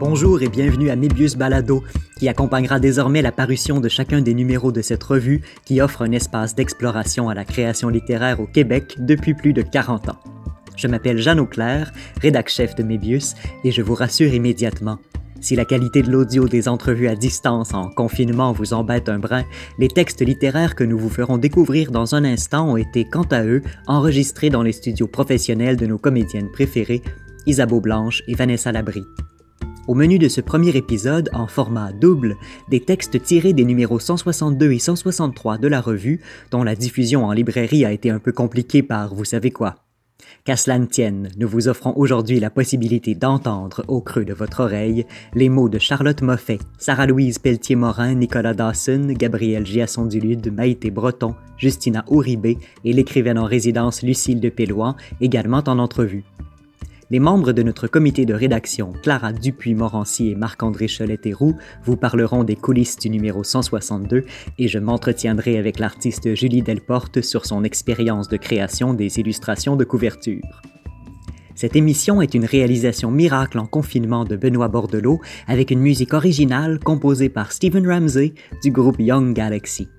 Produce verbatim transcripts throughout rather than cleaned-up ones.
Bonjour et bienvenue à Mébius Balado, qui accompagnera désormais la parution de chacun des numéros de cette revue qui offre un espace d'exploration à la création littéraire au Québec depuis plus de quarante ans. Je m'appelle Jeanne Auclair, rédac-chef de Mébius, et je vous rassure immédiatement. Si la qualité de l'audio des entrevues à distance en confinement vous embête un brin, les textes littéraires que nous vous ferons découvrir dans un instant ont été, quant à eux, enregistrés dans les studios professionnels de nos comédiennes préférées, Isabeau Blanche et Vanessa Labrie. Au menu de ce premier épisode, en format double, des textes tirés des numéros cent soixante-deux et cent soixante-trois de la revue, dont la diffusion en librairie a été un peu compliquée par vous savez quoi. Qu'à cela ne tienne, nous vous offrons aujourd'hui la possibilité d'entendre, au creux de votre oreille, les mots de Charlotte Moffett, Sarah-Louise Pelletier-Morin, Nicolas Dawson, Gabriel Giasson-Dulude, Maïté Breton, Justina Ouribé et l'écrivaine en résidence Lucille de Péloan, également en entrevue. Les membres de notre comité de rédaction, Clara Dupuis-Morancy et Marc-André Cholet-Héroux, vous parleront des coulisses du numéro cent soixante-deux et je m'entretiendrai avec l'artiste Julie Delporte sur son expérience de création des illustrations de couverture. Cette émission est une réalisation miracle en confinement de Benoît Bordelot avec une musique originale composée par Stephen Ramsey du groupe Young Galaxy.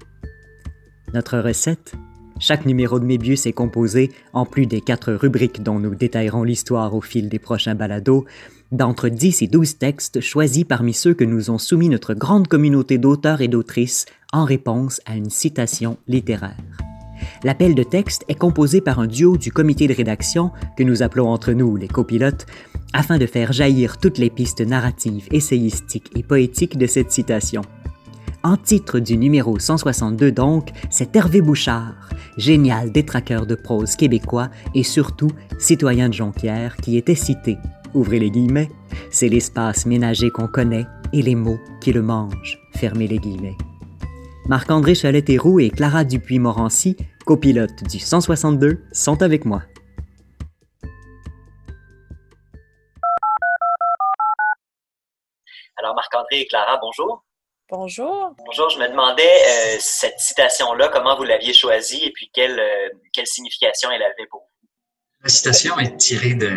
Notre recette ? Chaque numéro de Mébius est composé, en plus des quatre rubriques dont nous détaillerons l'histoire au fil des prochains balados, d'entre dix et douze textes choisis parmi ceux que nous ont soumis notre grande communauté d'auteurs et d'autrices en réponse à une citation littéraire. L'appel de texte est composé par un duo du comité de rédaction, que nous appelons entre nous les copilotes, afin de faire jaillir toutes les pistes narratives, essayistiques et poétiques de cette citation. En titre du numéro cent soixante-deux donc, c'est Hervé Bouchard, génial détraqueur de prose québécois et surtout citoyen de Jonquière, qui était cité. Ouvrez les guillemets, c'est l'espace ménager qu'on connaît et les mots qui le mangent. Fermez les guillemets. Marc-André Cholet-Héroux et Clara Dupuis-Morancy, copilotes du cent soixante-deux, sont avec moi. Alors Marc-André et Clara, bonjour. Bonjour. Bonjour, je me demandais euh, cette citation-là, comment vous l'aviez choisie et puis quelle, euh, quelle signification elle avait pour vous? La citation est tirée de,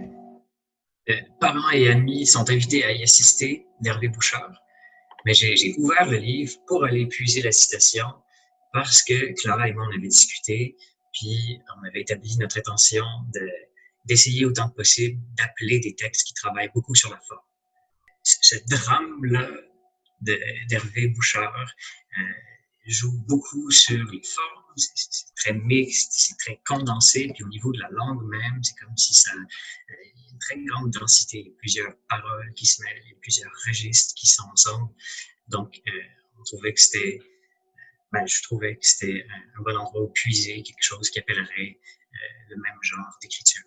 de Parents et amis sont invités à y assister d'Hervé Bouchard. Mais j'ai, j'ai ouvert le livre pour aller puiser la citation parce que Clara et moi, on avait discuté, puis on avait établi notre intention de, d'essayer autant que possible d'appeler des textes qui travaillent beaucoup sur la forme. Ce drame-là de, d'Hervé Bouchard euh, joue beaucoup sur les formes, c'est, c'est très mixte, c'est très condensé, puis au niveau de la langue même, c'est comme si ça, euh, il y a une très grande densité, il y a plusieurs paroles qui se mêlent, il y a plusieurs registres qui sont ensemble, donc euh, on trouvait que c'était, ben, je trouvais que c'était un, un bon endroit où puiser quelque chose qui appellerait euh, le même genre d'écriture.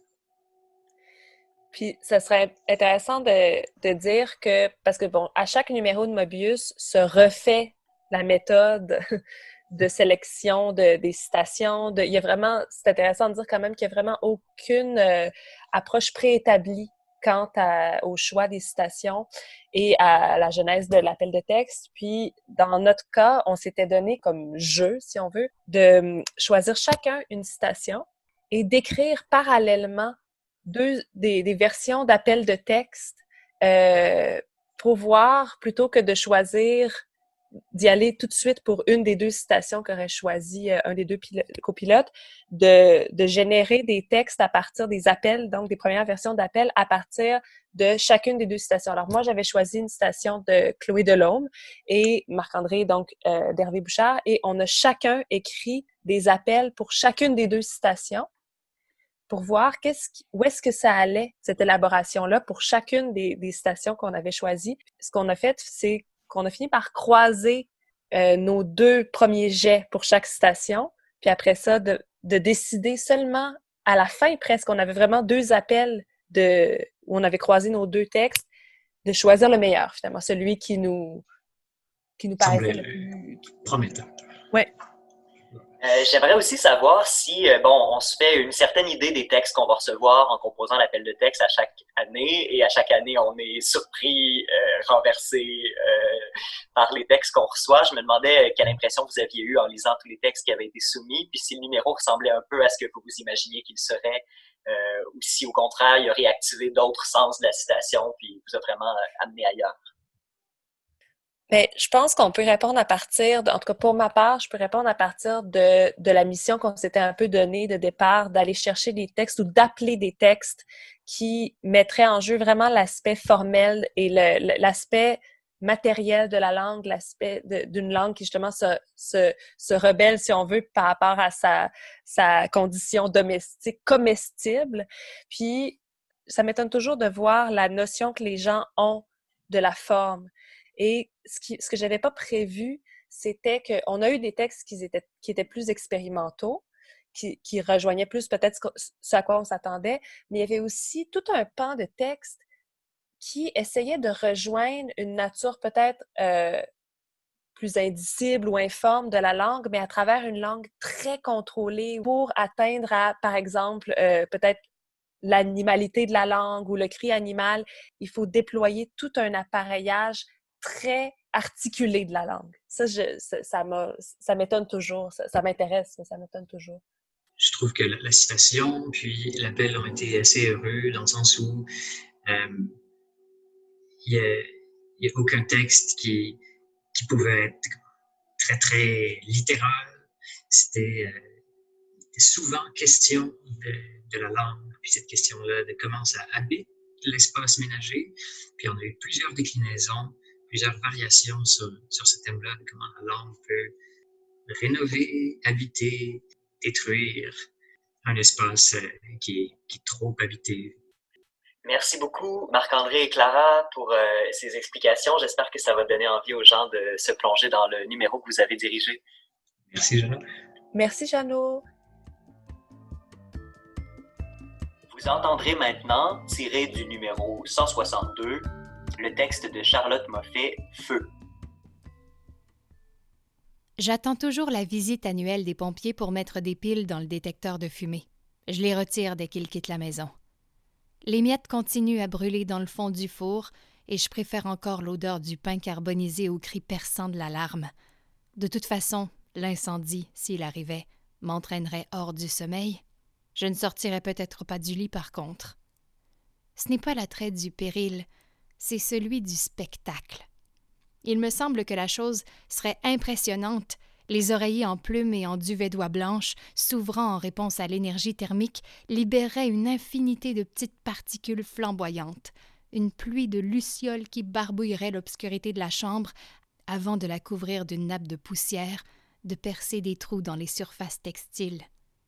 Puis, ça serait intéressant de, de dire que, parce que bon, à chaque numéro de Mobius se refait la méthode de sélection de, des citations. De, il y a vraiment, c'est intéressant de dire quand même qu'il n'y a vraiment aucune euh, approche préétablie quant à, au choix des citations et à la genèse de l'appel de texte. Puis, dans notre cas, on s'était donné comme jeu, si on veut, de choisir chacun une citation et d'écrire parallèlement Deux, des, des versions d'appel de texte euh, pour voir, plutôt que de choisir d'y aller tout de suite pour une des deux citations qu'aurait choisi euh, un des deux pilo- copilotes, de, de générer des textes à partir des appels, donc des premières versions d'appels à partir de chacune des deux citations. Alors moi, j'avais choisi une citation de Chloé Delhomme et Marc-André, donc euh, d'Hervé Bouchard, et on a chacun écrit des appels pour chacune des deux citations, pour voir qu'est-ce qui, où est-ce que ça allait, cette élaboration-là, pour chacune des, des citations qu'on avait choisies. Ce qu'on a fait, c'est qu'on a fini par croiser euh, nos deux premiers jets pour chaque citation, puis après ça, de, de décider seulement à la fin presque, on avait vraiment deux appels de, où on avait croisé nos deux textes, de choisir le meilleur, finalement, celui qui nous, qui nous paraissait le plus prometteur. Ouais. Euh, j'aimerais aussi savoir si, euh, bon, on se fait une certaine idée des textes qu'on va recevoir en composant l'appel de texte à chaque année, et à chaque année, on est surpris, euh, renversé euh, par les textes qu'on reçoit. Je me demandais euh, quelle impression vous aviez eue en lisant tous les textes qui avaient été soumis, puis si le numéro ressemblait un peu à ce que vous vous imaginiez qu'il serait euh, ou si au contraire, il a réactivé d'autres sens de la citation puis vous a vraiment euh, amené ailleurs. Bien, je pense qu'on peut répondre à partir, de, en tout cas pour ma part, je peux répondre à partir de, de la mission qu'on s'était un peu donnée de départ, d'aller chercher des textes ou d'appeler des textes qui mettraient en jeu vraiment l'aspect formel et le, l'aspect matériel de la langue, l'aspect de, d'une langue qui justement se, se, se rebelle, si on veut, par rapport à sa, sa condition domestique, comestible. Puis, ça m'étonne toujours de voir la notion que les gens ont de la forme. Et ce, qui, ce que j'avais pas prévu, c'était qu'on a eu des textes qui étaient, qui étaient plus expérimentaux, qui, qui rejoignaient plus peut-être ce, ce à quoi on s'attendait, mais il y avait aussi tout un pan de textes qui essayait de rejoindre une nature peut-être euh, plus indicible ou informe de la langue, mais à travers une langue très contrôlée pour atteindre à, par exemple, euh, peut-être l'animalité de la langue ou le cri animal. Il faut déployer tout un appareillage très articulé de la langue. Ça, je, ça, ça, m'a, ça m'étonne toujours. Ça, ça m'intéresse, mais ça m'étonne toujours. Je trouve que la, la citation puis l'appel ont été assez heureux dans le sens où euh, il n'y a, a aucun texte qui, qui pouvait être très, très littéral. C'était euh, souvent question de, de la langue, puis cette question-là de comment ça habite l'espace ménager. Puis on a eu plusieurs déclinaisons, plusieurs variations sur, sur ce thème-là, de comment la langue peut rénover, habiter, détruire un espace euh, qui, est, qui est trop habité. Merci beaucoup, Marc-André et Clara, pour euh, ces explications. J'espère que ça va donner envie aux gens de se plonger dans le numéro que vous avez dirigé. Merci, Jeannot. Merci, Jeannot. Vous entendrez maintenant, tiré du numéro cent soixante-deux, le texte de Charlotte Moffett, « Feu ». J'attends toujours la visite annuelle des pompiers pour mettre des piles dans le détecteur de fumée. Je les retire dès qu'ils quittent la maison. Les miettes continuent à brûler dans le fond du four et je préfère encore l'odeur du pain carbonisé au cri perçant de l'alarme. De toute façon, l'incendie, s'il arrivait, m'entraînerait hors du sommeil. Je ne sortirais peut-être pas du lit par contre. Ce n'est pas l'attrait du péril, c'est celui du spectacle. Il me semble que la chose serait impressionnante, les oreillers en plumes et en duvet d'oie blanche, s'ouvrant en réponse à l'énergie thermique, libéreraient une infinité de petites particules flamboyantes, une pluie de lucioles qui barbouillerait l'obscurité de la chambre avant de la couvrir d'une nappe de poussière, de percer des trous dans les surfaces textiles.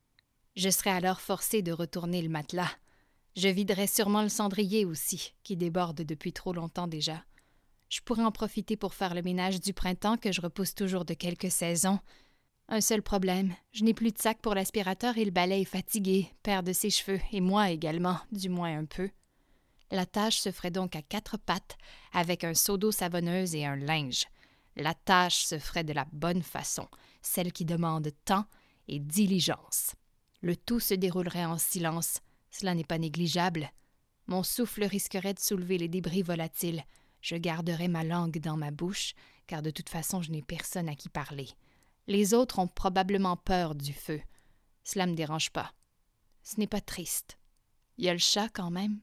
Je serais alors forcée de retourner le matelas. Je viderais sûrement le cendrier aussi, qui déborde depuis trop longtemps déjà. Je pourrais en profiter pour faire le ménage du printemps que je repousse toujours de quelques saisons. Un seul problème, je n'ai plus de sac pour l'aspirateur et le balai est fatigué, perd de ses cheveux, et moi également, du moins un peu. La tâche se ferait donc à quatre pattes, avec un seau d'eau savonneuse et un linge. La tâche se ferait de la bonne façon, celle qui demande temps et diligence. Le tout se déroulerait en silence, cela n'est pas négligeable. Mon souffle risquerait de soulever les débris volatiles. Je garderai ma langue dans ma bouche, car de toute façon je n'ai personne à qui parler. Les autres ont probablement peur du feu. Cela ne me dérange pas. Ce n'est pas triste. Il y a le chat quand même.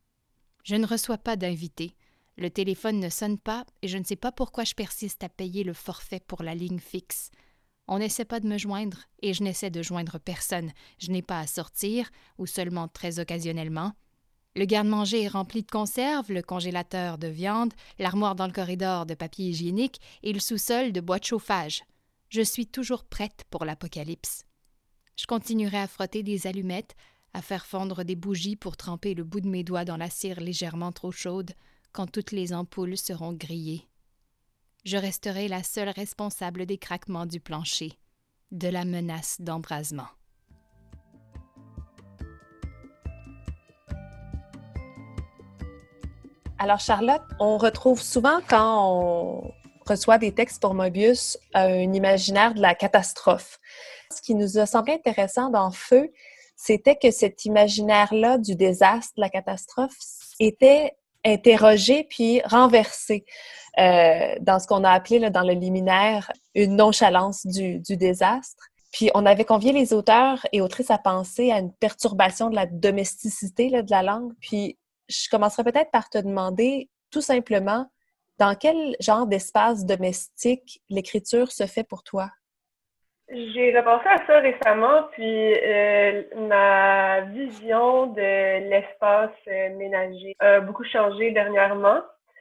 Je ne reçois pas d'invités. Le téléphone ne sonne pas et je ne sais pas pourquoi je persiste à payer le forfait pour la ligne fixe. On n'essaie pas de me joindre et je n'essaie de joindre personne. Je n'ai pas à sortir, ou seulement très occasionnellement. Le garde-manger est rempli de conserves, le congélateur de viande, l'armoire dans le corridor de papier hygiénique et le sous-sol de bois de chauffage. Je suis toujours prête pour l'apocalypse. Je continuerai à frotter des allumettes, à faire fondre des bougies pour tremper le bout de mes doigts dans la cire légèrement trop chaude quand toutes les ampoules seront grillées. Je resterai la seule responsable des craquements du plancher, de la menace d'embrasement. Alors, Charlotte, on retrouve souvent quand on reçoit des textes pour Mobius un imaginaire de la catastrophe. Ce qui nous a semblé intéressant dans Feu, c'était que cet imaginaire-là du désastre, de la catastrophe, était interrogé puis renversé euh, dans ce qu'on a appelé là, dans le liminaire une nonchalance du, du désastre. puis on avait convié les auteurs et autrices à penser à une perturbation de la domesticité là, de la langue. Puis je commencerai peut-être par te demander tout simplement dans quel genre d'espace domestique l'écriture se fait pour toi? J'ai repensé à ça récemment, puis euh, ma vision de l'espace euh, ménager a beaucoup changé dernièrement.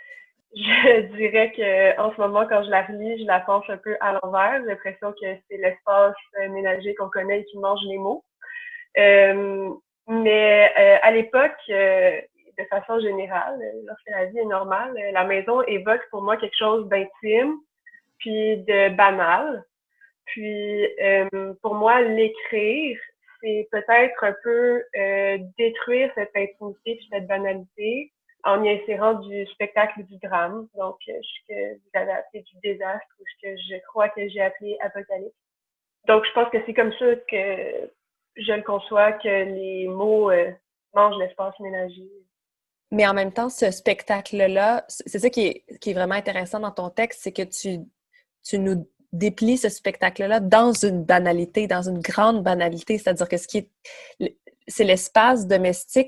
Je dirais que en ce moment, quand je la relis, je la penche un peu à l'envers. J'ai l'impression que c'est l'espace euh, ménager qu'on connaît et qui mange les mots. Euh, mais euh, à l'époque, euh, de façon générale, lorsque la vie est normale, la maison évoque pour moi quelque chose d'intime, puis de banal. Puis, euh, pour moi, l'écrire, c'est peut-être un peu euh, détruire cette intimité puis cette banalité en y insérant du spectacle ou du drame. Donc, ce que vous avez appelé du désastre ou ce que je crois que j'ai appelé apocalypse. Donc, je pense que c'est comme ça que je le conçois, que les mots euh, mangent l'espace ménager. Mais en même temps, ce spectacle-là, c'est ça qui est, qui est vraiment intéressant dans ton texte, c'est que tu, tu nous déplie ce spectacle-là dans une banalité, dans une grande banalité, c'est-à-dire que ce qui est, c'est l'espace domestique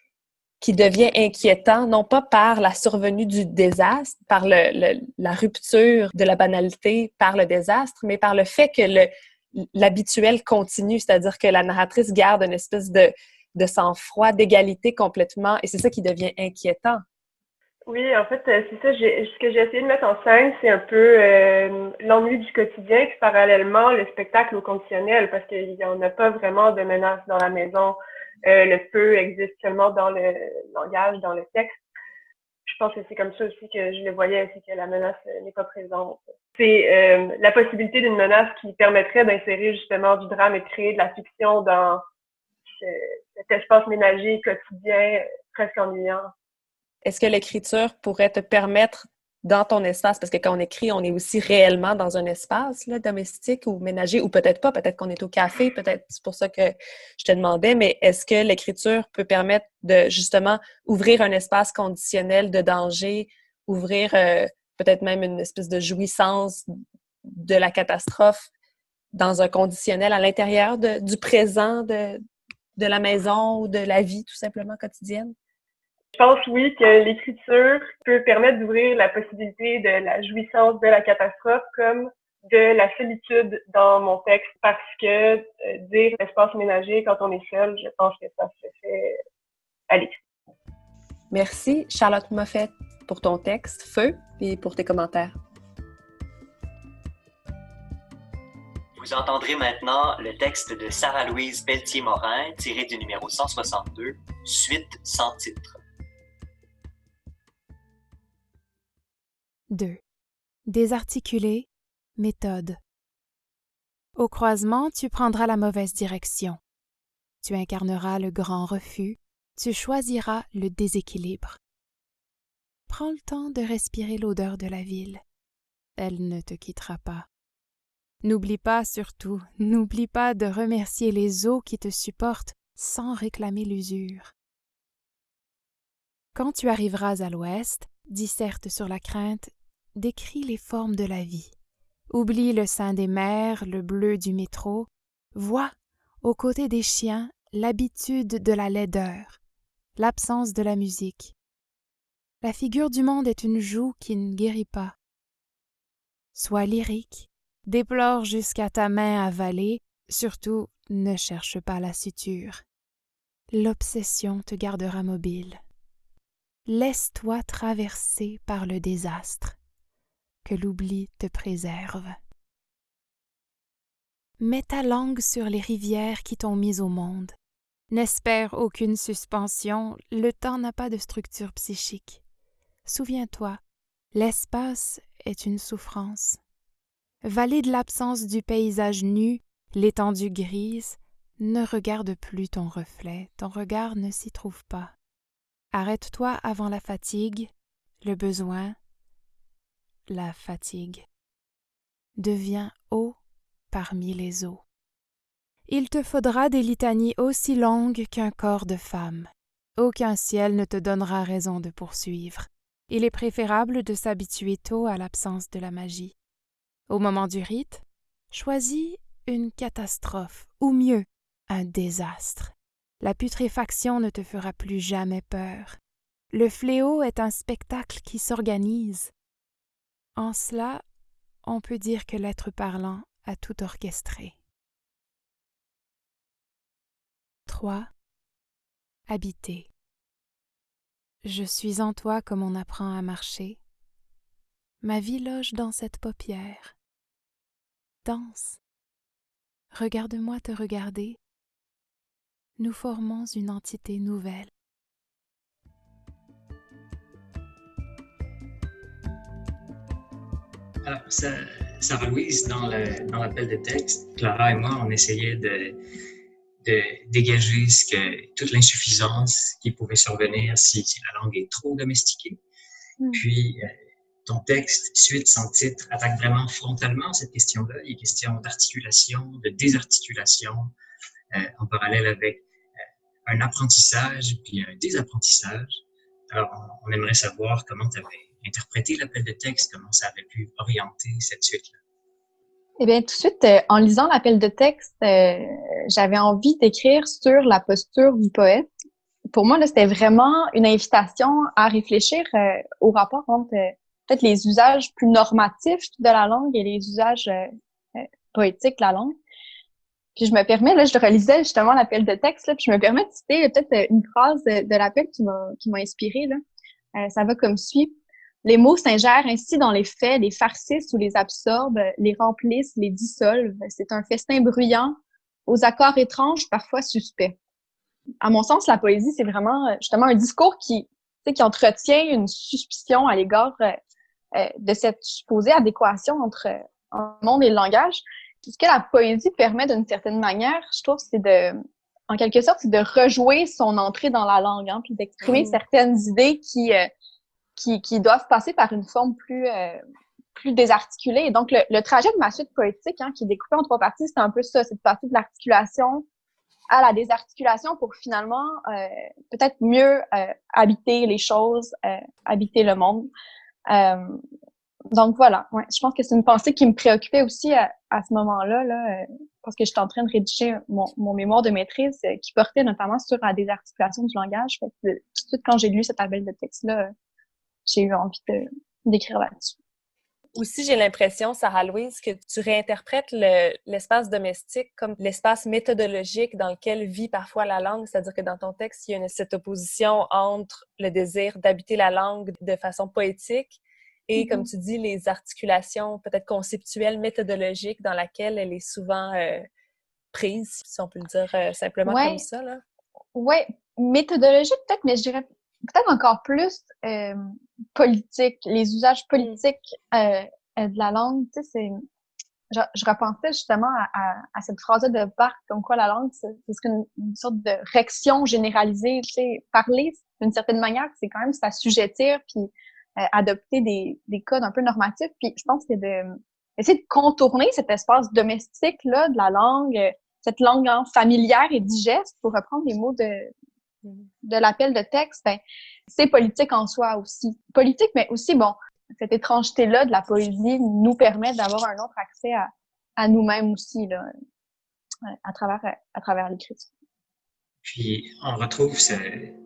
qui devient inquiétant, non pas par la survenue du désastre, par le, le, la rupture de la banalité par le désastre, mais par le fait que le, l'habituel continue, c'est-à-dire que la narratrice garde une espèce de, de sang-froid, d'égalité complètement, et c'est ça qui devient inquiétant. Oui, en fait, c'est ça. J'ai, ce que j'ai essayé de mettre en scène, c'est un peu euh, l'ennui du quotidien, puis parallèlement le spectacle au conditionnel, parce qu'il n'y en a pas vraiment de menace dans la maison. Euh, le feu existe seulement dans le langage, dans le texte. Je pense que c'est comme ça aussi que je le voyais, c'est que la menace n'est pas présente. C'est euh, la possibilité d'une menace qui permettrait d'insérer justement du drame et de créer de la fiction dans ce, cet espace ménager quotidien presque ennuyant. Est-ce que l'écriture pourrait te permettre, dans ton espace, parce que quand on écrit, on est aussi réellement dans un espace là, domestique ou ménager, ou peut-être pas, peut-être qu'on est au café, peut-être c'est pour ça que je te demandais, mais est-ce que l'écriture peut permettre de, justement, ouvrir un espace conditionnel de danger, ouvrir euh, peut-être même une espèce de jouissance de la catastrophe dans un conditionnel à l'intérieur de, du présent de, de la maison ou de la vie, tout simplement, quotidienne? Je pense, oui, que l'écriture peut permettre d'ouvrir la possibilité de la jouissance de la catastrophe comme de la solitude dans mon texte, parce que euh, dire l'espace ménager quand on est seul, je pense que ça se fait à l'écrit. Merci, Charlotte Moffett, pour ton texte, Feu, et pour tes commentaires. Vous entendrez maintenant le texte de Sarah-Louise Pelletier-Morin, tiré du numéro cent soixante-deux, Suite sans titre. deux. Désarticulé, méthode. Au croisement, tu prendras la mauvaise direction. Tu incarneras le grand refus, tu choisiras le déséquilibre. Prends le temps de respirer l'odeur de la ville. Elle ne te quittera pas. N'oublie pas surtout, n'oublie pas de remercier les eaux qui te supportent sans réclamer l'usure. Quand tu arriveras à l'ouest, disserte sur la crainte, décris les formes de la vie. Oublie le sein des mers, le bleu du métro. Vois, aux côtés des chiens, l'habitude de la laideur, l'absence de la musique. La figure du monde est une joue qui ne guérit pas. Sois lyrique, déplore jusqu'à ta main avalée, surtout ne cherche pas la suture. L'obsession te gardera mobile. Laisse-toi traverser par le désastre. Que l'oubli te préserve. Mets ta langue sur les rivières qui t'ont mis au monde. N'espère aucune suspension, le temps n'a pas de structure psychique. Souviens-toi, l'espace est une souffrance. Valide l'absence du paysage nu, l'étendue grise, ne regarde plus ton reflet, ton regard ne s'y trouve pas. Arrête-toi avant la fatigue, le besoin, la fatigue. Deviens eau parmi les eaux. Il te faudra des litanies aussi longues qu'un corps de femme. Aucun ciel ne te donnera raison de poursuivre. Il est préférable de s'habituer tôt à l'absence de la magie. Au moment du rite, choisis une catastrophe, ou mieux, un désastre. La putréfaction ne te fera plus jamais peur. Le fléau est un spectacle qui s'organise. En cela, on peut dire que l'être parlant a tout orchestré. trois. Habiter. Je suis en toi comme on apprend à marcher. Ma vie loge dans cette paupière. Danse. Regarde-moi te regarder. Nous formons une entité nouvelle. Alors, ça, Sarah Louise, dans, le, dans l'appel de texte, Clara et moi, on essayait de, de dégager ce que, toute l'insuffisance qui pouvait survenir si, si la langue est trop domestiquée. Mm. Puis, euh, ton texte, suite sans titre, attaque vraiment frontalement cette question-là. Il est question d'articulation, de désarticulation, euh, en parallèle avec euh, un apprentissage puis un désapprentissage. Alors, on, on aimerait savoir comment tu avais interprété l'appel de texte, comment ça avait pu orienter cette suite-là. Eh bien, tout de suite, euh, en lisant l'appel de texte, euh, j'avais envie d'écrire sur la posture du poète. Pour moi, là, c'était vraiment une invitation à réfléchir euh, au rapport entre euh, peut-être les usages plus normatifs de la langue et les usages euh, euh, poétiques de la langue. Puis je me permets, là, je relisais justement l'appel de texte, là, puis je me permets de citer peut-être une phrase de, de l'appel qui m'a qui m'a inspirée, là. Euh, ça va comme suit. Les mots s'ingèrent ainsi dans les faits, les farcissent ou les absorbent, les remplissent, les dissolvent. C'est un festin bruyant, aux accords étranges, parfois suspects. À mon sens, la poésie, c'est vraiment justement un discours qui, tu sais, qui entretient une suspicion à l'égard euh, de cette supposée adéquation entre euh, un monde et le langage. Puis ce que la poésie permet d'une certaine manière, je trouve, c'est de, en quelque sorte, c'est de rejouer son entrée dans la langue, hein, puis d'exprimer mmh. certaines idées qui euh, Qui, qui doivent passer par une forme plus euh, plus désarticulée. Et donc, le, le trajet de ma suite poétique, hein, qui est découpé en trois parties, c'est un peu ça, c'est de passer de l'articulation à la désarticulation pour finalement euh, peut-être mieux euh, habiter les choses, euh, habiter le monde. Euh, donc, voilà. Ouais, je pense que c'est une pensée qui me préoccupait aussi à, à ce moment-là, là, euh, parce que j'étais en train de rédiger mon, mon mémoire de maîtrise euh, qui portait notamment sur la désarticulation du langage. Fait que, tout de suite, quand j'ai lu cette appel de texte-là, j'ai eu envie de, d'écrire là-dessus. Aussi, j'ai l'impression, Sarah-Louise, que tu réinterprètes le, l'espace domestique comme l'espace méthodologique dans lequel vit parfois la langue, c'est-à-dire que dans ton texte, il y a une, cette opposition entre le désir d'habiter la langue de façon poétique et, mm-hmm. comme tu dis, les articulations peut-être conceptuelles, méthodologiques dans laquelle elle est souvent euh, prise, si on peut le dire euh, simplement ouais. comme ça, là. Oui, méthodologique peut-être, mais je dirais peut-être encore plus euh, politique, les usages politiques euh, de la langue. Tu sais, c'est, je, je repensais justement à, à, à cette phrase-là de Barthes, comme quoi la langue, c'est, c'est une, une sorte de réaction généralisée. Tu sais, parler, d'une certaine manière, c'est quand même s'assujettir puis euh, adopter des, des codes un peu normatifs. Puis je pense que de essayer de contourner cet espace domestique-là de la langue, cette langue hein, familière et digeste, pour reprendre les mots de de l'appel de texte, ben, c'est politique en soi aussi. Politique, mais aussi, bon, cette étrangeté-là de la poésie nous permet d'avoir un autre accès à, à nous-mêmes aussi, là, à travers, à travers l'écriture. Puis, on retrouve ce,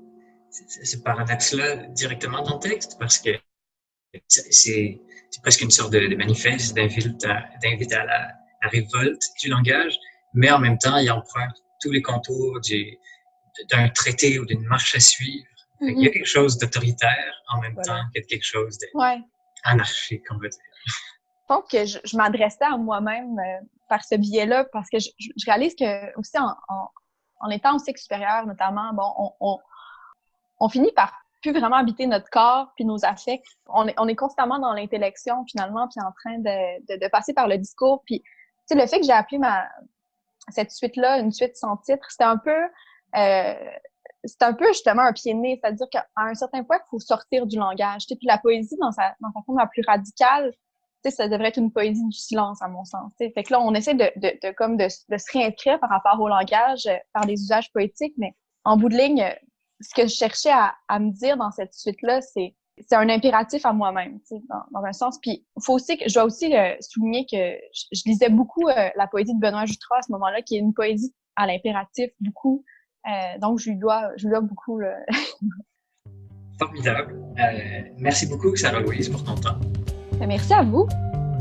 ce, ce paradoxe-là directement dans le texte, parce que c'est, c'est presque une sorte de, de manifeste d'invite à, d'invite à la, la révolte du langage, mais en même temps, il emprunte tous les contours du d'un traité ou d'une marche à suivre. Mm-hmm. Il y a quelque chose d'autoritaire en même voilà. temps qu'il y a quelque chose d'anarchique, ouais. on va dire. Je pense que je, je m'adressais à moi-même euh, par ce biais-là parce que je, je réalise que aussi en, en, en étant au cycle supérieur notamment, bon, on, on, on finit par plus vraiment habiter notre corps puis nos affects. On est, on est constamment dans l'intellection finalement puis en train de, de, de passer par le discours. Puis, tu sais, le fait que j'ai appelé ma cette suite-là une suite sans titre, c'était un peu Euh, c'est un peu justement un pied de nez, c'est-à-dire qu'à un certain point, il faut sortir du langage. Puis la poésie, dans sa, dans sa forme la plus radicale, ça devrait être une poésie du silence, à mon sens. T'sais. Fait que là, on essaie de, de, de, comme de, de se réinscrire par rapport au langage, euh, par des usages poétiques, mais en bout de ligne, ce que je cherchais à, à me dire dans cette suite-là, c'est c'est un impératif à moi-même, tu sais, dans, dans un sens. Puis, faut aussi que, je dois aussi euh, souligner que je, je lisais beaucoup euh, la poésie de Benoît Jutras à ce moment-là, qui est une poésie à l'impératif, beaucoup. Euh, donc, je lui dois, je lui dois beaucoup. Le... Formidable. Euh, merci beaucoup, Sarah Louise, pour ton temps. Merci à vous.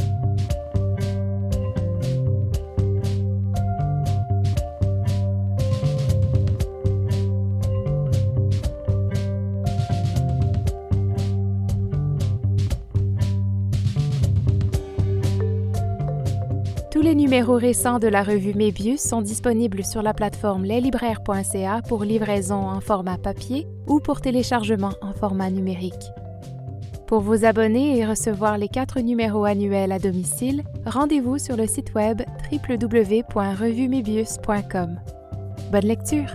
Tous les numéros récents de la revue Mébius sont disponibles sur la plateforme leslibraires point c a pour livraison en format papier ou pour téléchargement en format numérique. Pour vous abonner et recevoir les quatre numéros annuels à domicile, rendez-vous sur le site web w w w point revue mébius point com. Bonne lecture!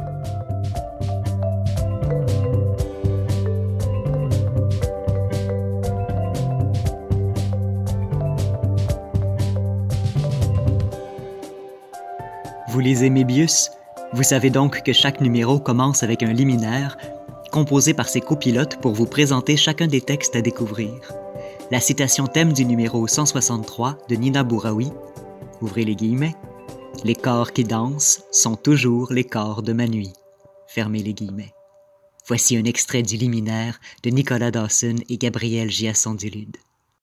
Vous lisez Mébius? Vous savez donc que chaque numéro commence avec un liminaire, composé par ses copilotes pour vous présenter chacun des textes à découvrir. La citation thème du numéro cent soixante-trois de Nina Bouraoui, ouvrez les guillemets, « Les corps qui dansent sont toujours les corps de ma nuit », fermez les guillemets. Voici un extrait du liminaire de Nicolas Dawson et Gabrielle Giasson-Dulude.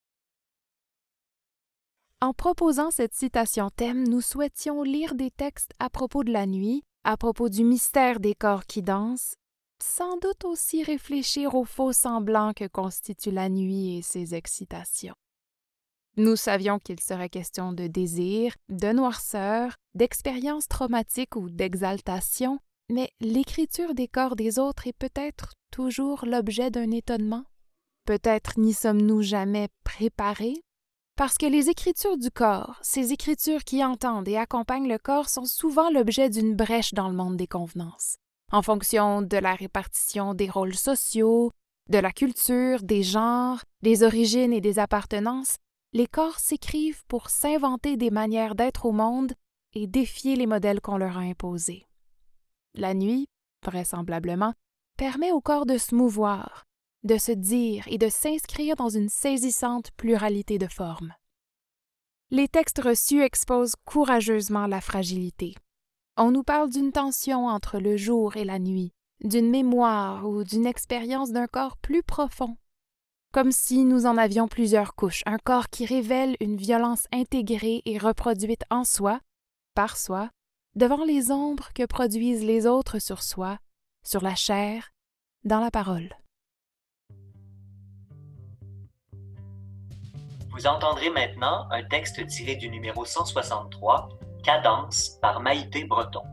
En proposant cette citation thème, nous souhaitions lire des textes à propos de la nuit, à propos du mystère des corps qui dansent, sans doute aussi réfléchir aux faux semblants que constitue la nuit et ses excitations. Nous savions qu'il serait question de désir, de noirceur, d'expériences traumatiques ou d'exaltation, mais l'écriture des corps des autres est peut-être toujours l'objet d'un étonnement. Peut-être n'y sommes-nous jamais préparés? Parce que les écritures du corps, ces écritures qui entendent et accompagnent le corps, sont souvent l'objet d'une brèche dans le monde des convenances. En fonction de la répartition des rôles sociaux, de la culture, des genres, des origines et des appartenances, les corps s'écrivent pour s'inventer des manières d'être au monde et défier les modèles qu'on leur a imposés. La nuit, vraisemblablement, permet au corps de se mouvoir, de se dire et de s'inscrire dans une saisissante pluralité de formes. Les textes reçus exposent courageusement la fragilité. On nous parle d'une tension entre le jour et la nuit, d'une mémoire ou d'une expérience d'un corps plus profond, comme si nous en avions plusieurs couches, un corps qui révèle une violence intégrée et reproduite en soi, par soi, devant les ombres que produisent les autres sur soi, sur la chair, dans la parole. Vous entendrez maintenant un texte tiré du numéro cent soixante-trois, Cadence, par Maïté Breton.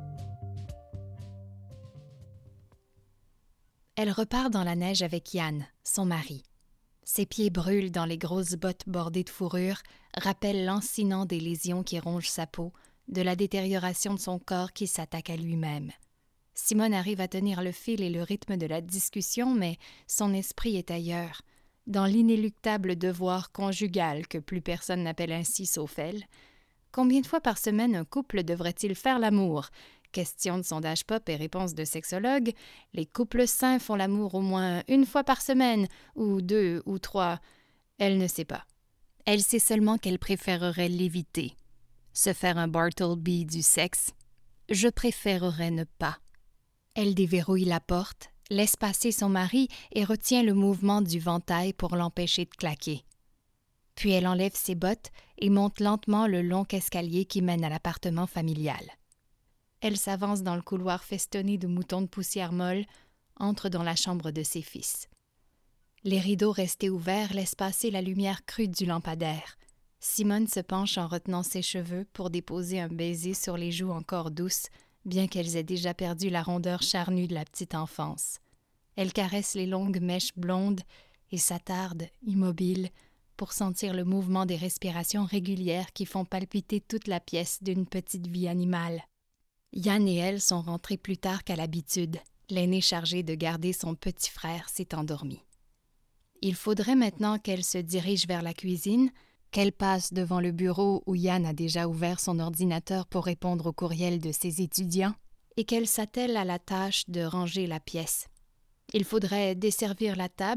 Elle repart dans la neige avec Yann, son mari. Ses pieds brûlent dans les grosses bottes bordées de fourrure, rappellent lancinant des lésions qui rongent sa peau, de la détérioration de son corps qui s'attaque à lui-même. Simone arrive à tenir le fil et le rythme de la discussion, mais son esprit est ailleurs, dans l'inéluctable devoir conjugal que plus personne n'appelle ainsi sauf elle. Combien de fois par semaine un couple devrait-il faire l'amour? Question de sondage pop et réponse de sexologue. Les couples sains font l'amour au moins une fois par semaine, ou deux, ou trois. Elle ne sait pas. Elle sait seulement qu'elle préférerait l'éviter. Se faire un Bartleby du sexe. Je préférerais ne pas. Elle déverrouille la porte, laisse passer son mari et retient le mouvement du ventail pour l'empêcher de claquer. Puis elle enlève ses bottes et monte lentement le long escalier qui mène à l'appartement familial. Elle s'avance dans le couloir festonné de moutons de poussière molle, entre dans la chambre de ses fils. Les rideaux restés ouverts laissent passer la lumière crue du lampadaire. Simone se penche en retenant ses cheveux pour déposer un baiser sur les joues encore douces, bien qu'elles aient déjà perdu la rondeur charnue de la petite enfance. Elle caresse les longues mèches blondes et s'attarde, immobile, pour sentir le mouvement des respirations régulières qui font palpiter toute la pièce d'une petite vie animale. Yann et elle sont rentrés plus tard qu'à l'habitude. L'aîné chargé de garder son petit frère s'est endormi. Il faudrait maintenant qu'elle se dirige vers la cuisine, qu'elle passe devant le bureau où Yann a déjà ouvert son ordinateur pour répondre aux courriels de ses étudiants, et qu'elle s'attelle à la tâche de ranger la pièce. Il faudrait desservir la table,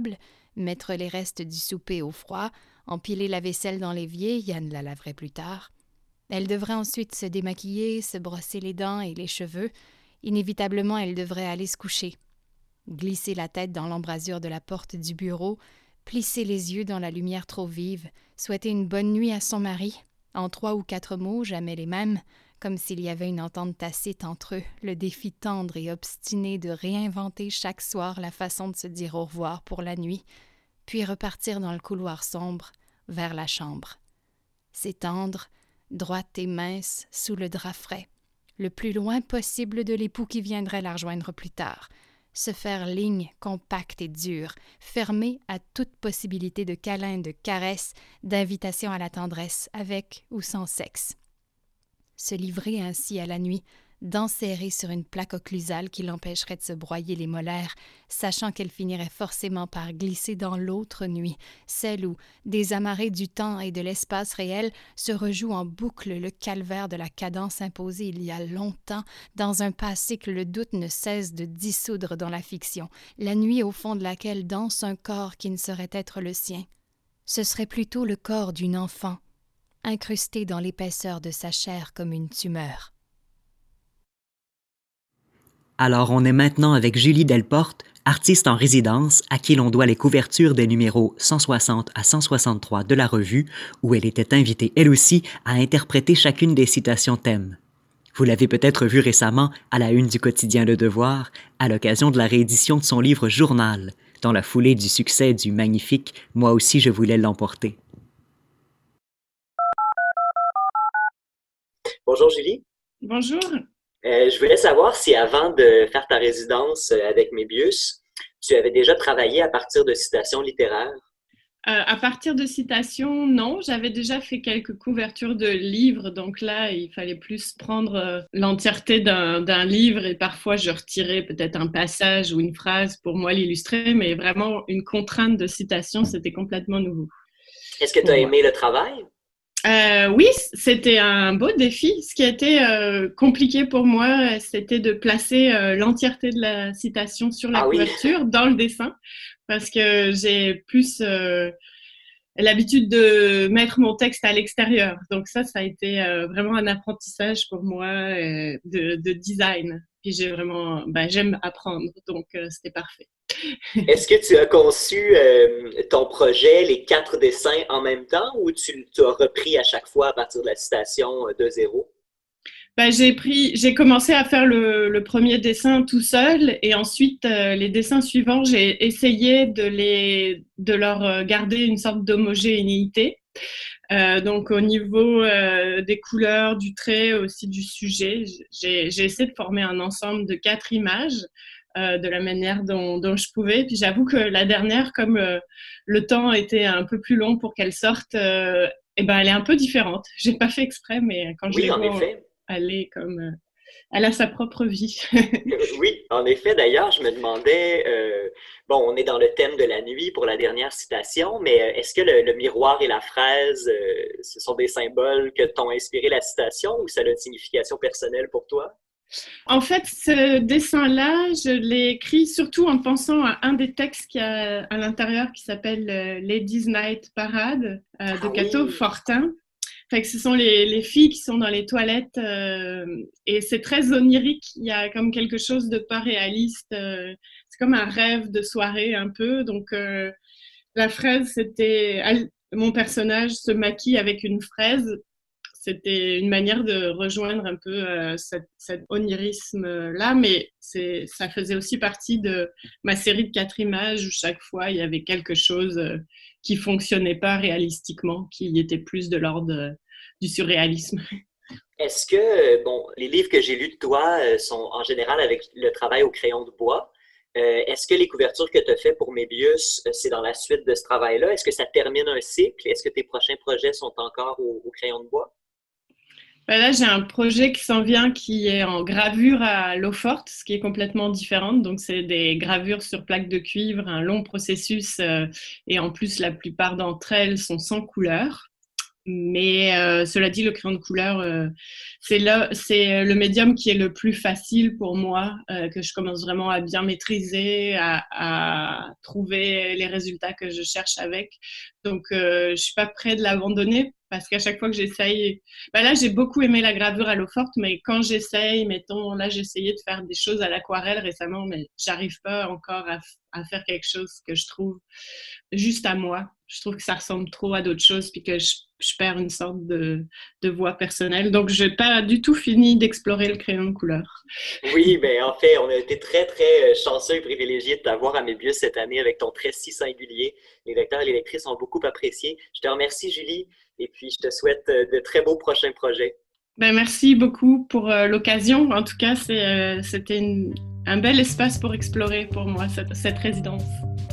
mettre les restes du souper au froid, empiler la vaisselle dans l'évier, Yann la laverait plus tard. Elle devrait ensuite se démaquiller, se brosser les dents et les cheveux. Inévitablement, elle devrait aller se coucher. Glisser la tête dans l'embrasure de la porte du bureau, plisser les yeux dans la lumière trop vive, souhaiter une bonne nuit à son mari, en trois ou quatre mots, jamais les mêmes, comme s'il y avait une entente tacite entre eux, le défi tendre et obstiné de réinventer chaque soir la façon de se dire au revoir pour la nuit, puis repartir dans le couloir sombre, vers la chambre. S'étendre, droite et mince, sous le drap frais, le plus loin possible de l'époux qui viendrait la rejoindre plus tard, se faire ligne compacte et dure, fermée à toute possibilité de câlin, de caresse, d'invitation à la tendresse, avec ou sans sexe. Se livrer ainsi à la nuit, d'enserrer sur une plaque occlusale qui l'empêcherait de se broyer les molaires, sachant qu'elle finirait forcément par glisser dans l'autre nuit, celle où, désamarrée du temps et de l'espace réel, se rejoue en boucle le calvaire de la cadence imposée il y a longtemps, dans un passé que le doute ne cesse de dissoudre dans la fiction, la nuit au fond de laquelle danse un corps qui ne saurait être le sien. Ce serait plutôt le corps d'une enfant, incrusté dans l'épaisseur de sa chair comme une tumeur. Alors on est maintenant avec Julie Delporte, artiste en résidence à qui l'on doit les couvertures des numéros cent soixante à cent soixante-trois de la revue, où elle était invitée elle aussi à interpréter chacune des citations thèmes. Vous l'avez peut-être vu récemment à la une du quotidien Le Devoir, à l'occasion de la réédition de son livre Journal, dans la foulée du succès du magnifique « Moi aussi je voulais l'emporter ». Bonjour Julie. Bonjour. Euh, je voulais savoir si avant de faire ta résidence avec Mébius, tu avais déjà travaillé à partir de citations littéraires. Euh, à partir de citations, non. J'avais déjà fait quelques couvertures de livres, donc là, il fallait plus prendre euh, l'entièreté d'un, d'un livre et parfois je retirais peut-être un passage ou une phrase pour moi l'illustrer, mais vraiment une contrainte de citation, c'était complètement nouveau. Est-ce que tu as aimé le travail? Euh, oui, c'était un beau défi. Ce qui a été euh, compliqué pour moi, c'était de placer euh, l'entièreté de la citation sur la ah couverture, oui. dans le dessin, parce que j'ai plus euh, l'habitude de mettre mon texte à l'extérieur. Donc ça, ça a été euh, vraiment un apprentissage pour moi euh, de, de design. Puis j'ai vraiment, ben, j'aime apprendre, donc euh, c'était parfait. Est-ce que tu as conçu euh, ton projet, les quatre dessins en même temps, ou tu, tu as repris à chaque fois à partir de la citation de zéro? Ben, j'ai pris, j'ai commencé à faire le, le premier dessin tout seul, et ensuite euh, les dessins suivants, j'ai essayé de les, de leur garder une sorte d'homogénéité. Euh, donc au niveau euh, des couleurs, du trait, aussi du sujet, j'ai, j'ai essayé de former un ensemble de quatre images. Euh, de la manière dont, dont je pouvais. Puis j'avoue que la dernière, comme euh, le temps était un peu plus long pour qu'elle sorte, euh, eh ben, elle est un peu différente. J'ai pas fait exprès, mais quand je oui, l'ai en vois, effet. elle est comme... Euh, elle a sa propre vie. Oui, en effet. D'ailleurs, je me demandais, euh, bon, on est dans le thème de la nuit pour la dernière citation, mais est-ce que le, le miroir et la fraise, euh, ce sont des symboles que t'ont inspiré la citation ou ça a une signification personnelle pour toi? En fait, ce dessin-là, je l'ai écrit surtout en pensant à un des textes qu'il y a à l'intérieur qui s'appelle euh, Ladies Night Parade euh, de ah, Cato oui. Fortin. Fait que ce sont les, les filles qui sont dans les toilettes euh, et c'est très onirique. Il y a comme quelque chose de pas réaliste. Euh, c'est comme un rêve de soirée un peu. Donc euh, la fraise, c'était... Elle, mon personnage se maquille avec une fraise. C'était une manière de rejoindre un peu euh, cet, cet onirisme-là, mais c'est, ça faisait aussi partie de ma série de quatre images où chaque fois, il y avait quelque chose euh, qui fonctionnait pas réalistiquement, qui était plus de l'ordre euh, du surréalisme. Est-ce que, bon, les livres que j'ai lus de toi euh, sont en général avec le travail au crayon de bois. Euh, est-ce que les couvertures que tu as faites pour Mébius, euh, c'est dans la suite de ce travail-là? Est-ce que ça termine un cycle? Est-ce que tes prochains projets sont encore au, au crayon de bois? Ben là, j'ai un projet qui s'en vient qui est en gravure à l'eau forte, ce qui est complètement différent. Donc, c'est des gravures sur plaque de cuivre, un long processus euh, et en plus, la plupart d'entre elles sont sans couleur. Mais euh, cela dit, le crayon de couleur, euh, c'est, là, c'est le médium qui est le plus facile pour moi, euh, que je commence vraiment à bien maîtriser, à, à trouver les résultats que je cherche avec. Donc, euh, je suis pas prête de l'abandonner parce qu'à chaque fois que j'essaye... Ben là, j'ai beaucoup aimé la gravure à l'eau forte, mais quand j'essaye, mettons, là, j'ai essayé de faire des choses à l'aquarelle récemment, mais j'arrive pas encore à, à faire quelque chose que je trouve juste à moi. Je trouve que ça ressemble trop à d'autres choses puis que je, je perds une sorte de, de voix personnelle. Donc, je n'ai pas du tout fini d'explorer le crayon de couleur. Oui, mais en fait, on a été très, très chanceux et privilégiés de t'avoir à Mébius cette année avec ton trait si singulier. Les lecteurs et les lectrices ont beaucoup apprécié. Je te remercie, Julie, et puis je te souhaite de très beaux prochains projets. Ben, merci beaucoup pour euh, l'occasion. En tout cas, c'est, euh, c'était une, un bel espace pour explorer pour moi, cette, cette résidence.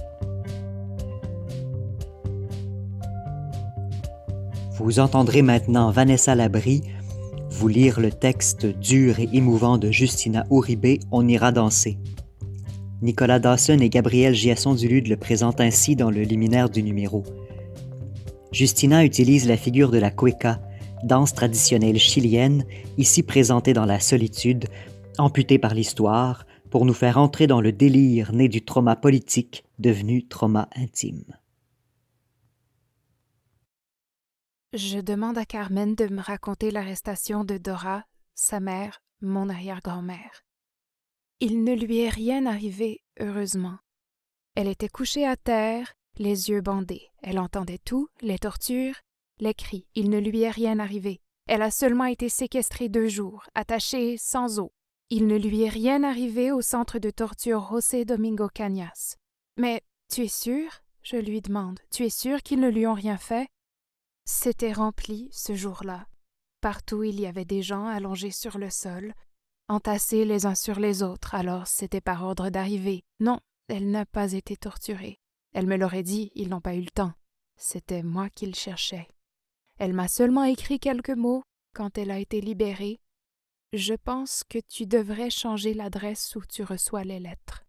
Vous entendrez maintenant Vanessa Labrie vous lire le texte dur et émouvant de Justina Uribe, On ira danser. Nicolas Dawson et Gabriel Giasson-Dulude le présentent ainsi dans le liminaire du numéro. Justina utilise la figure de la cueca, danse traditionnelle chilienne, ici présentée dans la solitude, amputée par l'histoire, pour nous faire entrer dans le délire né du trauma politique devenu trauma intime. Je demande à Carmen de me raconter l'arrestation de Dora, sa mère, mon arrière-grand-mère. Il ne lui est rien arrivé, heureusement. Elle était couchée à terre, les yeux bandés. Elle entendait tout, les tortures, les cris. Il ne lui est rien arrivé. Elle a seulement été séquestrée deux jours, attachée sans eau. Il ne lui est rien arrivé au centre de torture José Domingo Cañas. Mais tu es sûr? Je lui demande. Tu es sûr qu'ils ne lui ont rien fait? C'était rempli ce jour-là. Partout il y avait des gens allongés sur le sol, entassés les uns sur les autres, alors c'était par ordre d'arriver. Non, elle n'a pas été torturée. Elle me l'aurait dit, ils n'ont pas eu le temps. C'était moi qu'ils cherchaient. Elle m'a seulement écrit quelques mots quand elle a été libérée. Je pense que tu devrais changer l'adresse où tu reçois les lettres.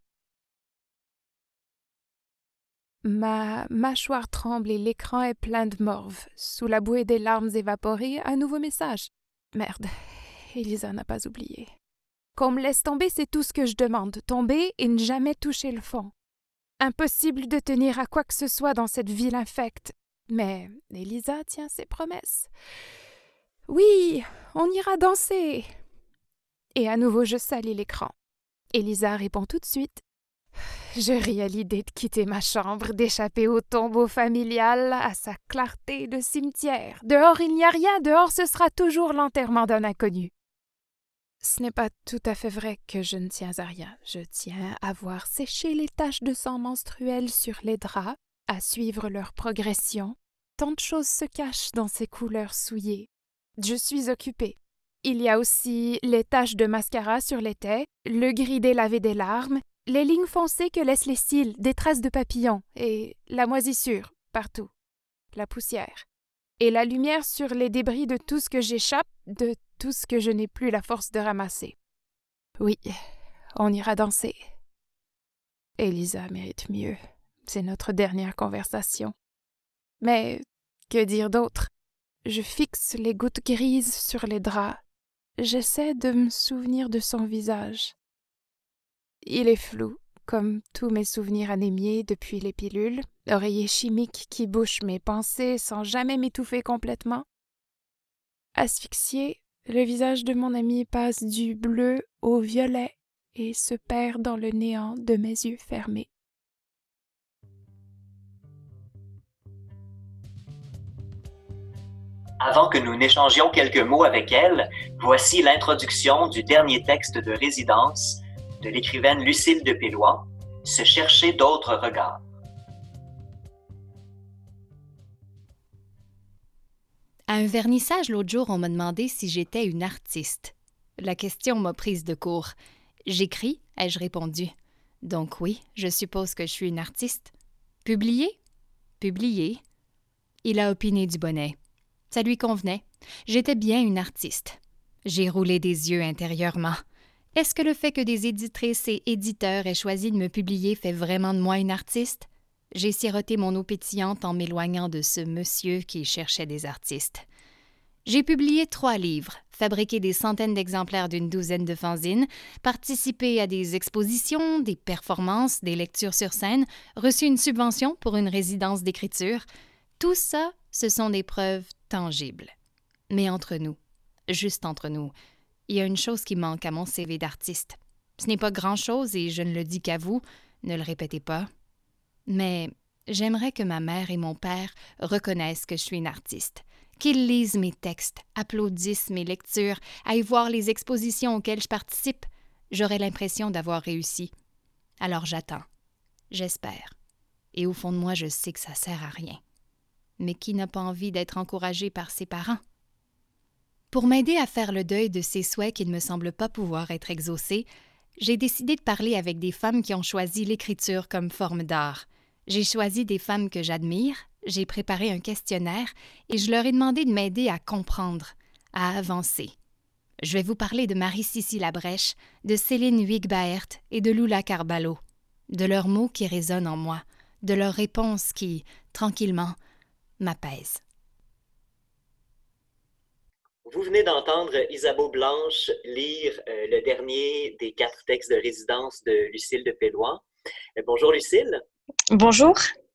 Ma mâchoire tremble et l'écran est plein de morve. Sous la bouée des larmes évaporées, un nouveau message. Merde, Elisa n'a pas oublié. Qu'on me laisse tomber, c'est tout ce que je demande. Tomber et ne jamais toucher le fond. Impossible de tenir à quoi que ce soit dans cette ville infecte. Mais Elisa tient ses promesses. Oui, on ira danser. Et à nouveau, je salis l'écran. Elisa répond tout de suite. Je ris à l'idée de quitter ma chambre, d'échapper au tombeau familial, à sa clarté de cimetière. Dehors, il n'y a rien. Dehors, ce sera toujours l'enterrement d'un inconnu. Ce n'est pas tout à fait vrai que je ne tiens à rien. Je tiens à voir sécher les taches de sang menstruel sur les draps, à suivre leur progression. Tant de choses se cachent dans ces couleurs souillées. Je suis occupée. Il y a aussi les taches de mascara sur les tais, le gris délavé des larmes, les lignes foncées que laissent les cils, des traces de papillons, et la moisissure, partout, la poussière, et la lumière sur les débris de tout ce que j'échappe, de tout ce que je n'ai plus la force de ramasser. Oui, on ira danser. Elisa mérite mieux. C'est notre dernière conversation. Mais que dire d'autre? Je fixe les gouttes grises sur les draps. J'essaie de me souvenir de son visage. Il est flou, comme tous mes souvenirs anémiés depuis les pilules, oreiller chimique qui bouche mes pensées sans jamais m'étouffer complètement. Asphyxié, le visage de mon ami passe du bleu au violet et se perd dans le néant de mes yeux fermés. Avant que nous n'échangions quelques mots avec elle, voici l'introduction du dernier texte de Résidence de l'écrivaine Lucille de Pélois, « Se chercher d'autres regards ». À un vernissage l'autre jour, on m'a demandé si j'étais une artiste. La question m'a prise de court. J'écris, ai-je répondu. Donc oui, je suppose que je suis une artiste. Publier? Publier. Il a opiné du bonnet. Ça lui convenait. J'étais bien une artiste. J'ai roulé des yeux intérieurement. Est-ce que le fait que des éditrices et éditeurs aient choisi de me publier fait vraiment de moi une artiste? J'ai siroté mon eau pétillante en m'éloignant de ce monsieur qui cherchait des artistes. J'ai publié trois livres, fabriqué des centaines d'exemplaires d'une douzaine de fanzines, participé à des expositions, des performances, des lectures sur scène, reçu une subvention pour une résidence d'écriture. Tout ça, ce sont des preuves tangibles. Mais entre nous, juste entre nous, il y a une chose qui manque à mon C V d'artiste. Ce n'est pas grand-chose et je ne le dis qu'à vous, ne le répétez pas. Mais j'aimerais que ma mère et mon père reconnaissent que je suis une artiste, qu'ils lisent mes textes, applaudissent mes lectures, aillent voir les expositions auxquelles je participe. J'aurais l'impression d'avoir réussi. Alors j'attends, j'espère. Et au fond de moi, je sais que ça sert à rien. Mais qui n'a pas envie d'être encouragé par ses parents? Pour m'aider à faire le deuil de ces souhaits qui ne me semblent pas pouvoir être exaucés, j'ai décidé de parler avec des femmes qui ont choisi l'écriture comme forme d'art. J'ai choisi des femmes que j'admire, j'ai préparé un questionnaire et je leur ai demandé de m'aider à comprendre, à avancer. Je vais vous parler de Marie-Cécile Labrèche, de Céline Huyghe-Baert et de Lula Carballo, de leurs mots qui résonnent en moi, de leurs réponses qui, tranquillement, m'apaisent. Vous venez d'entendre Isabeau Blanche lire euh, le dernier des quatre textes de résidence de Lucile de Péloin. Euh, bonjour Lucile. Bonjour.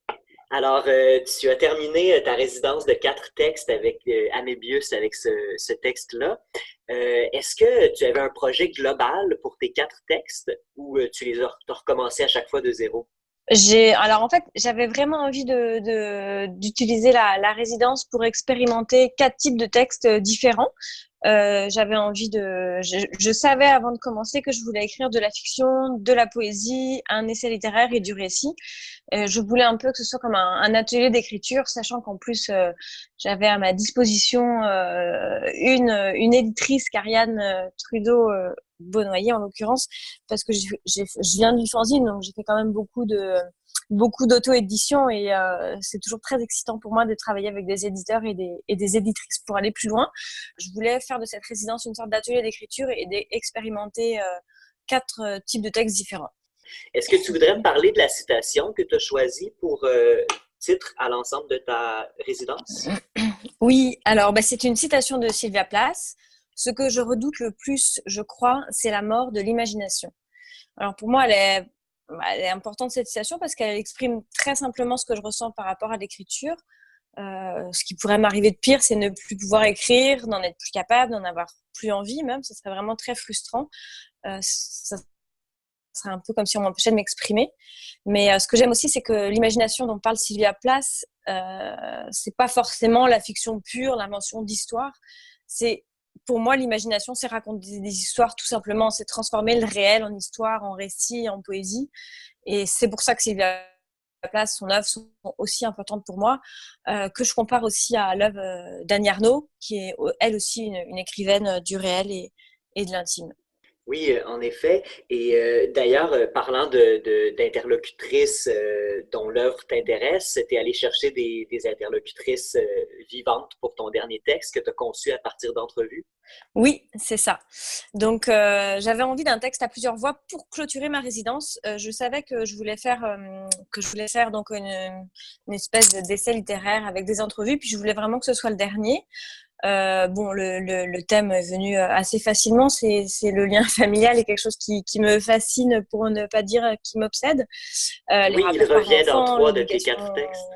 Alors, euh, tu as terminé ta résidence de quatre textes avec euh, Amébius, avec ce, ce texte-là. Euh, est-ce que tu avais un projet global pour tes quatre textes ou euh, tu les as, as recommencé à chaque fois de zéro? J'ai, alors en fait, j'avais vraiment envie de, de, d'utiliser la, la résidence pour expérimenter quatre types de textes différents. Euh, j'avais envie de, je, je savais avant de commencer que je voulais écrire de la fiction, de la poésie, un essai littéraire et du récit. Euh, je voulais un peu que ce soit comme un, un atelier d'écriture, sachant qu'en plus euh, j'avais à ma disposition euh, une, une éditrice, Karianne euh, Trudeau euh, Beaunoyer en l'occurrence, parce que j'ai, j'ai, je viens du fanzine, donc j'ai fait quand même beaucoup de beaucoup d'auto-édition et euh, c'est toujours très excitant pour moi de travailler avec des éditeurs et des, et des éditrices pour aller plus loin. Je voulais faire de cette résidence une sorte d'atelier d'écriture et d'expérimenter euh, quatre euh, types de textes différents. Est-ce que tu voudrais me parler de la citation que tu as choisie pour euh, titre à l'ensemble de ta résidence? Oui, alors bah, c'est une citation de Sylvia Plath. Ce que je redoute le plus, je crois, c'est la mort de l'imagination. Alors pour moi, elle est, elle est importante cette citation parce qu'elle exprime très simplement ce que je ressens par rapport à l'écriture. Euh, ce qui pourrait m'arriver de pire, c'est ne plus pouvoir écrire, n'en être plus capable, n'en avoir plus envie même. Ce serait vraiment très frustrant. Euh, ça serait un peu comme si on m'empêchait de m'exprimer. Mais euh, ce que j'aime aussi, c'est que l'imagination dont parle Sylvia Plath, euh, c'est pas forcément la fiction pure, l'invention d'histoires. C'est Pour moi, l'imagination, c'est raconter des histoires tout simplement, c'est transformer le réel en histoire, en récit, en poésie. Et c'est pour ça que Sylvia Plath, son œuvre sont aussi importantes pour moi, euh, que je compare aussi à l'œuvre d'Annie Ernaux, qui est elle aussi une, une écrivaine du réel et, et de l'intime. Oui, en effet. Et euh, d'ailleurs, euh, parlant de, de, d'interlocutrices euh, dont l'œuvre t'intéresse, tu es allé chercher des, des interlocutrices euh, vivantes pour ton dernier texte que tu as conçu à partir d'entrevues. Oui, c'est ça. Donc, euh, j'avais envie d'un texte à plusieurs voix pour clôturer ma résidence. Euh, je savais que je voulais faire, euh, que je voulais faire donc une, une espèce d'essai littéraire avec des entrevues, puis je voulais vraiment que ce soit le dernier. Euh, bon, le, le, le thème est venu assez facilement, c'est, c'est le lien familial et quelque chose qui, qui me fascine, pour ne pas dire qui m'obsède. Euh, oui, il revient dans trois de tes quatre textes.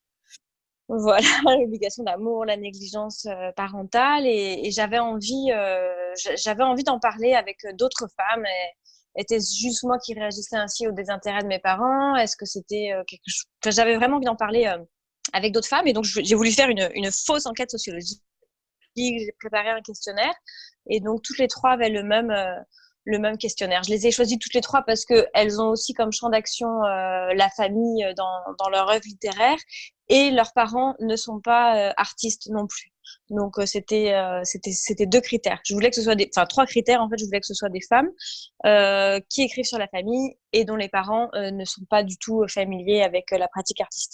Voilà, l'obligation d'amour, la négligence parentale, et, et j'avais envie, euh, j'avais envie d'en parler avec d'autres femmes. Et, était-ce juste moi qui réagissais ainsi au désintérêt de mes parents? Est-ce que c'était quelque chose... Enfin, j'avais vraiment envie d'en parler euh, avec d'autres femmes, et donc j'ai voulu faire une, une fausse enquête sociologique. J'ai préparé un questionnaire et donc toutes les trois avaient le même euh, le même questionnaire. Je les ai choisies toutes les trois parce que elles ont aussi comme champ d'action euh, la famille dans dans leur œuvre littéraire, et leurs parents ne sont pas euh, artistes non plus. Donc euh, c'était euh, c'était c'était deux critères. Je voulais que ce soit des enfin trois critères en fait. Je voulais que ce soit des femmes euh, qui écrivent sur la famille et dont les parents euh, ne sont pas du tout familiers avec euh, la pratique artistique.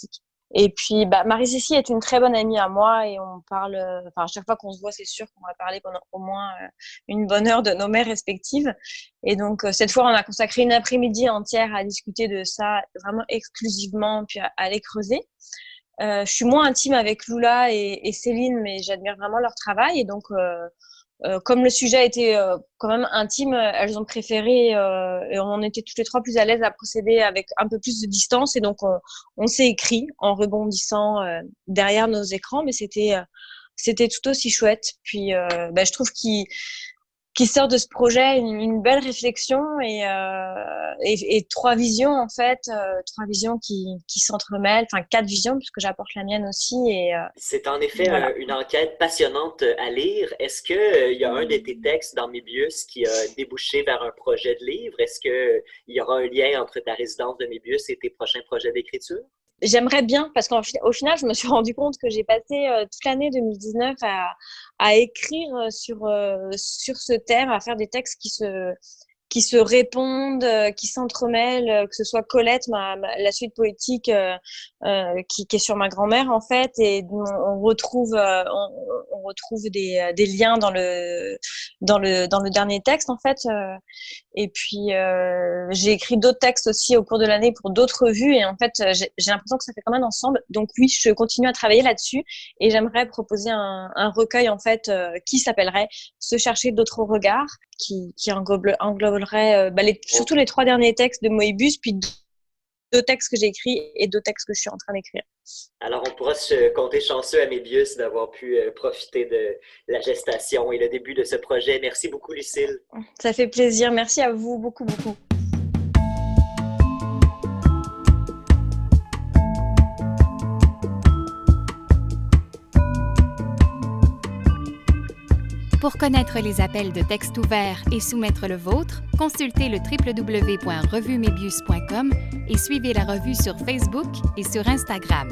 Et puis, bah, Marie-Cécile est une très bonne amie à moi et on parle, euh, enfin, à chaque fois qu'on se voit, c'est sûr qu'on va parler pendant au moins euh, une bonne heure de nos mères respectives. Et donc, euh, cette fois, on a consacré une après-midi entière à discuter de ça vraiment exclusivement, puis à, à aller creuser. Euh, je suis moins intime avec Lula et, et Céline, mais j'admire vraiment leur travail. Et donc, euh, euh, comme le sujet était euh, quand même intime, elles ont préféré, euh, et on était toutes les trois plus à l'aise à procéder avec un peu plus de distance. Et donc, on, on s'est écrit en rebondissant euh, derrière nos écrans, mais c'était euh, c'était tout aussi chouette. Puis, euh, bah, je trouve qu'il qui sort de ce projet une, une belle réflexion et, euh, et, et trois visions en fait, euh, trois visions qui, qui s'entremêlent, enfin quatre visions puisque j'apporte la mienne aussi. Et euh, c'est en effet voilà. un, une enquête passionnante à lire. Est-ce que euh, il y a un de tes textes dans Mébius qui a débouché vers un projet de livre? Est-ce que il y aura un lien entre ta résidence de Mébius et tes prochains projets d'écriture? J'aimerais bien, parce qu'au final, je me suis rendu compte que j'ai passé euh, toute l'année deux mille dix-neuf à, à écrire sur, euh, sur ce thème, à faire des textes qui se, qui se répondent, euh, qui s'entremêlent, euh, que ce soit Colette, ma, ma, la suite poétique euh, euh, qui, qui est sur ma grand-mère en fait, et on, on retrouve, euh, on, on retrouve des, des liens dans le, dans le, dans le dernier texte en fait. Euh, et puis euh, j'ai écrit d'autres textes aussi au cours de l'année pour d'autres revues, et en fait j'ai, j'ai l'impression que ça fait quand même ensemble. Donc oui, je continue à travailler là-dessus, et j'aimerais proposer un, un recueil en fait euh, qui s'appellerait Se chercher d'autres regards, qui, qui englobe, engloberait euh, bah, les, surtout les trois derniers textes de Moebius, puis deux, deux textes que j'ai écrits et deux textes que je suis en train d'écrire. Alors, on pourra se compter chanceux à Mébius d'avoir pu euh, profiter de la gestation et le début de ce projet. Merci beaucoup, Lucille. Ça fait plaisir. Merci à vous beaucoup, beaucoup. Pour connaître les appels de texte ouverts et soumettre le vôtre, consultez le w w w point revue mébius point com et suivez la revue sur Facebook et sur Instagram.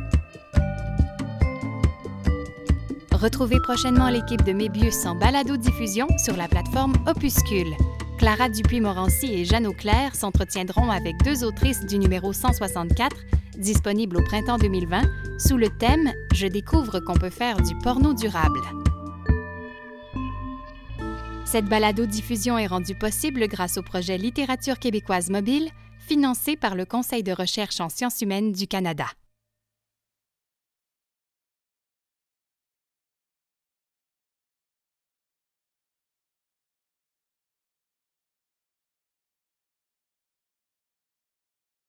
Retrouvez prochainement l'équipe de Mébius en balado-diffusion sur la plateforme Opuscule. Clara Dupuis-Morancy et Jeanne Auclair s'entretiendront avec deux autrices du numéro cent soixante-quatre, disponible au printemps deux mille vingt, sous le thème « Je découvre qu'on peut faire du porno durable ». Cette balado-diffusion est rendue possible grâce au projet Littérature québécoise mobile, financé par le Conseil de recherche en sciences humaines du Canada.